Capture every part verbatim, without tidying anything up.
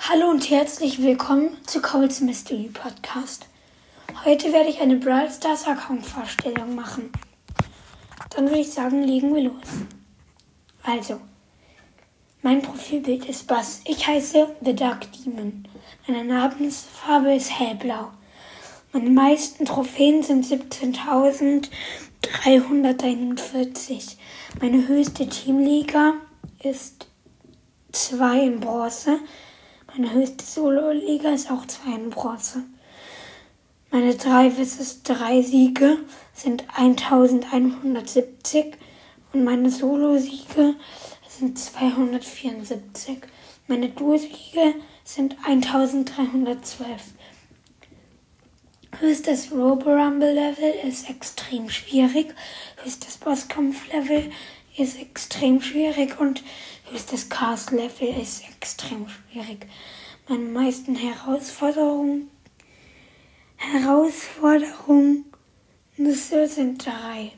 Hallo und herzlich willkommen zu Cole's Mystery Podcast. Heute werde ich eine Brawl Stars Account-Vorstellung machen. Dann würde ich sagen, legen wir los. Also, mein Profilbild ist Bass. Ich heiße The Dark Demon. Meine Namensfarbe ist hellblau. Meine meisten Trophäen sind siebzehntausenddreihunderteinundvierzig. Meine höchste Teamliga ist zwei in Bronze. Meine höchste Solo-Liga ist auch zwei in Bronze. Meine drei versus drei Siege sind elfhundertsiebzig und meine Solo-Siege sind zweihundertvierundsiebzig. Meine Duo-Siege sind eintausenddreihundertzwölf. Höchstes Robo-Rumble-Level ist extrem schwierig. Höchstes Bosskampf-Level ist extrem schwierig und höchstes Cast-Level ist extrem schwierig. Meine meisten Herausforderungen Herausforderungen sind drei.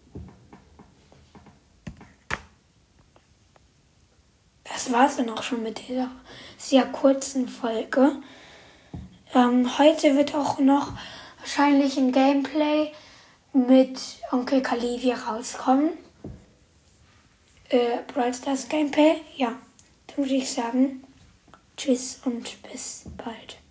Das war's dann auch schon mit dieser sehr kurzen Folge. Ähm, heute wird auch noch wahrscheinlich ein Gameplay mit Onkel Kalivi rauskommen. Äh, Brawl Stars Gameplay, ja. Dann würde ich sagen, tschüss und bis bald.